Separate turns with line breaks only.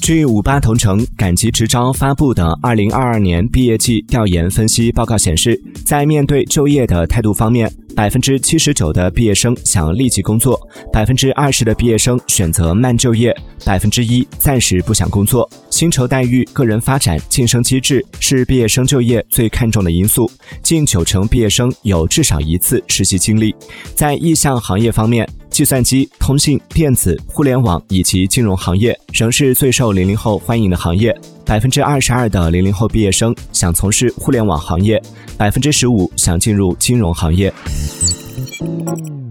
据58同城赶集职招发布的2022年毕业季调研分析报告显示，在面对就业的态度方面，79%的毕业生想立即工作，20%的毕业生选择慢就业，1%暂时不想工作。薪酬待遇、个人发展、晋升机制是毕业生就业最看重的因素，近90%毕业生有至少一次实习经历。在意向行业方面，计算机、通信、电子、互联网以及金融行业仍是最受00后欢迎的行业。22%的00后毕业生想从事互联网行业，15%想进入金融行业。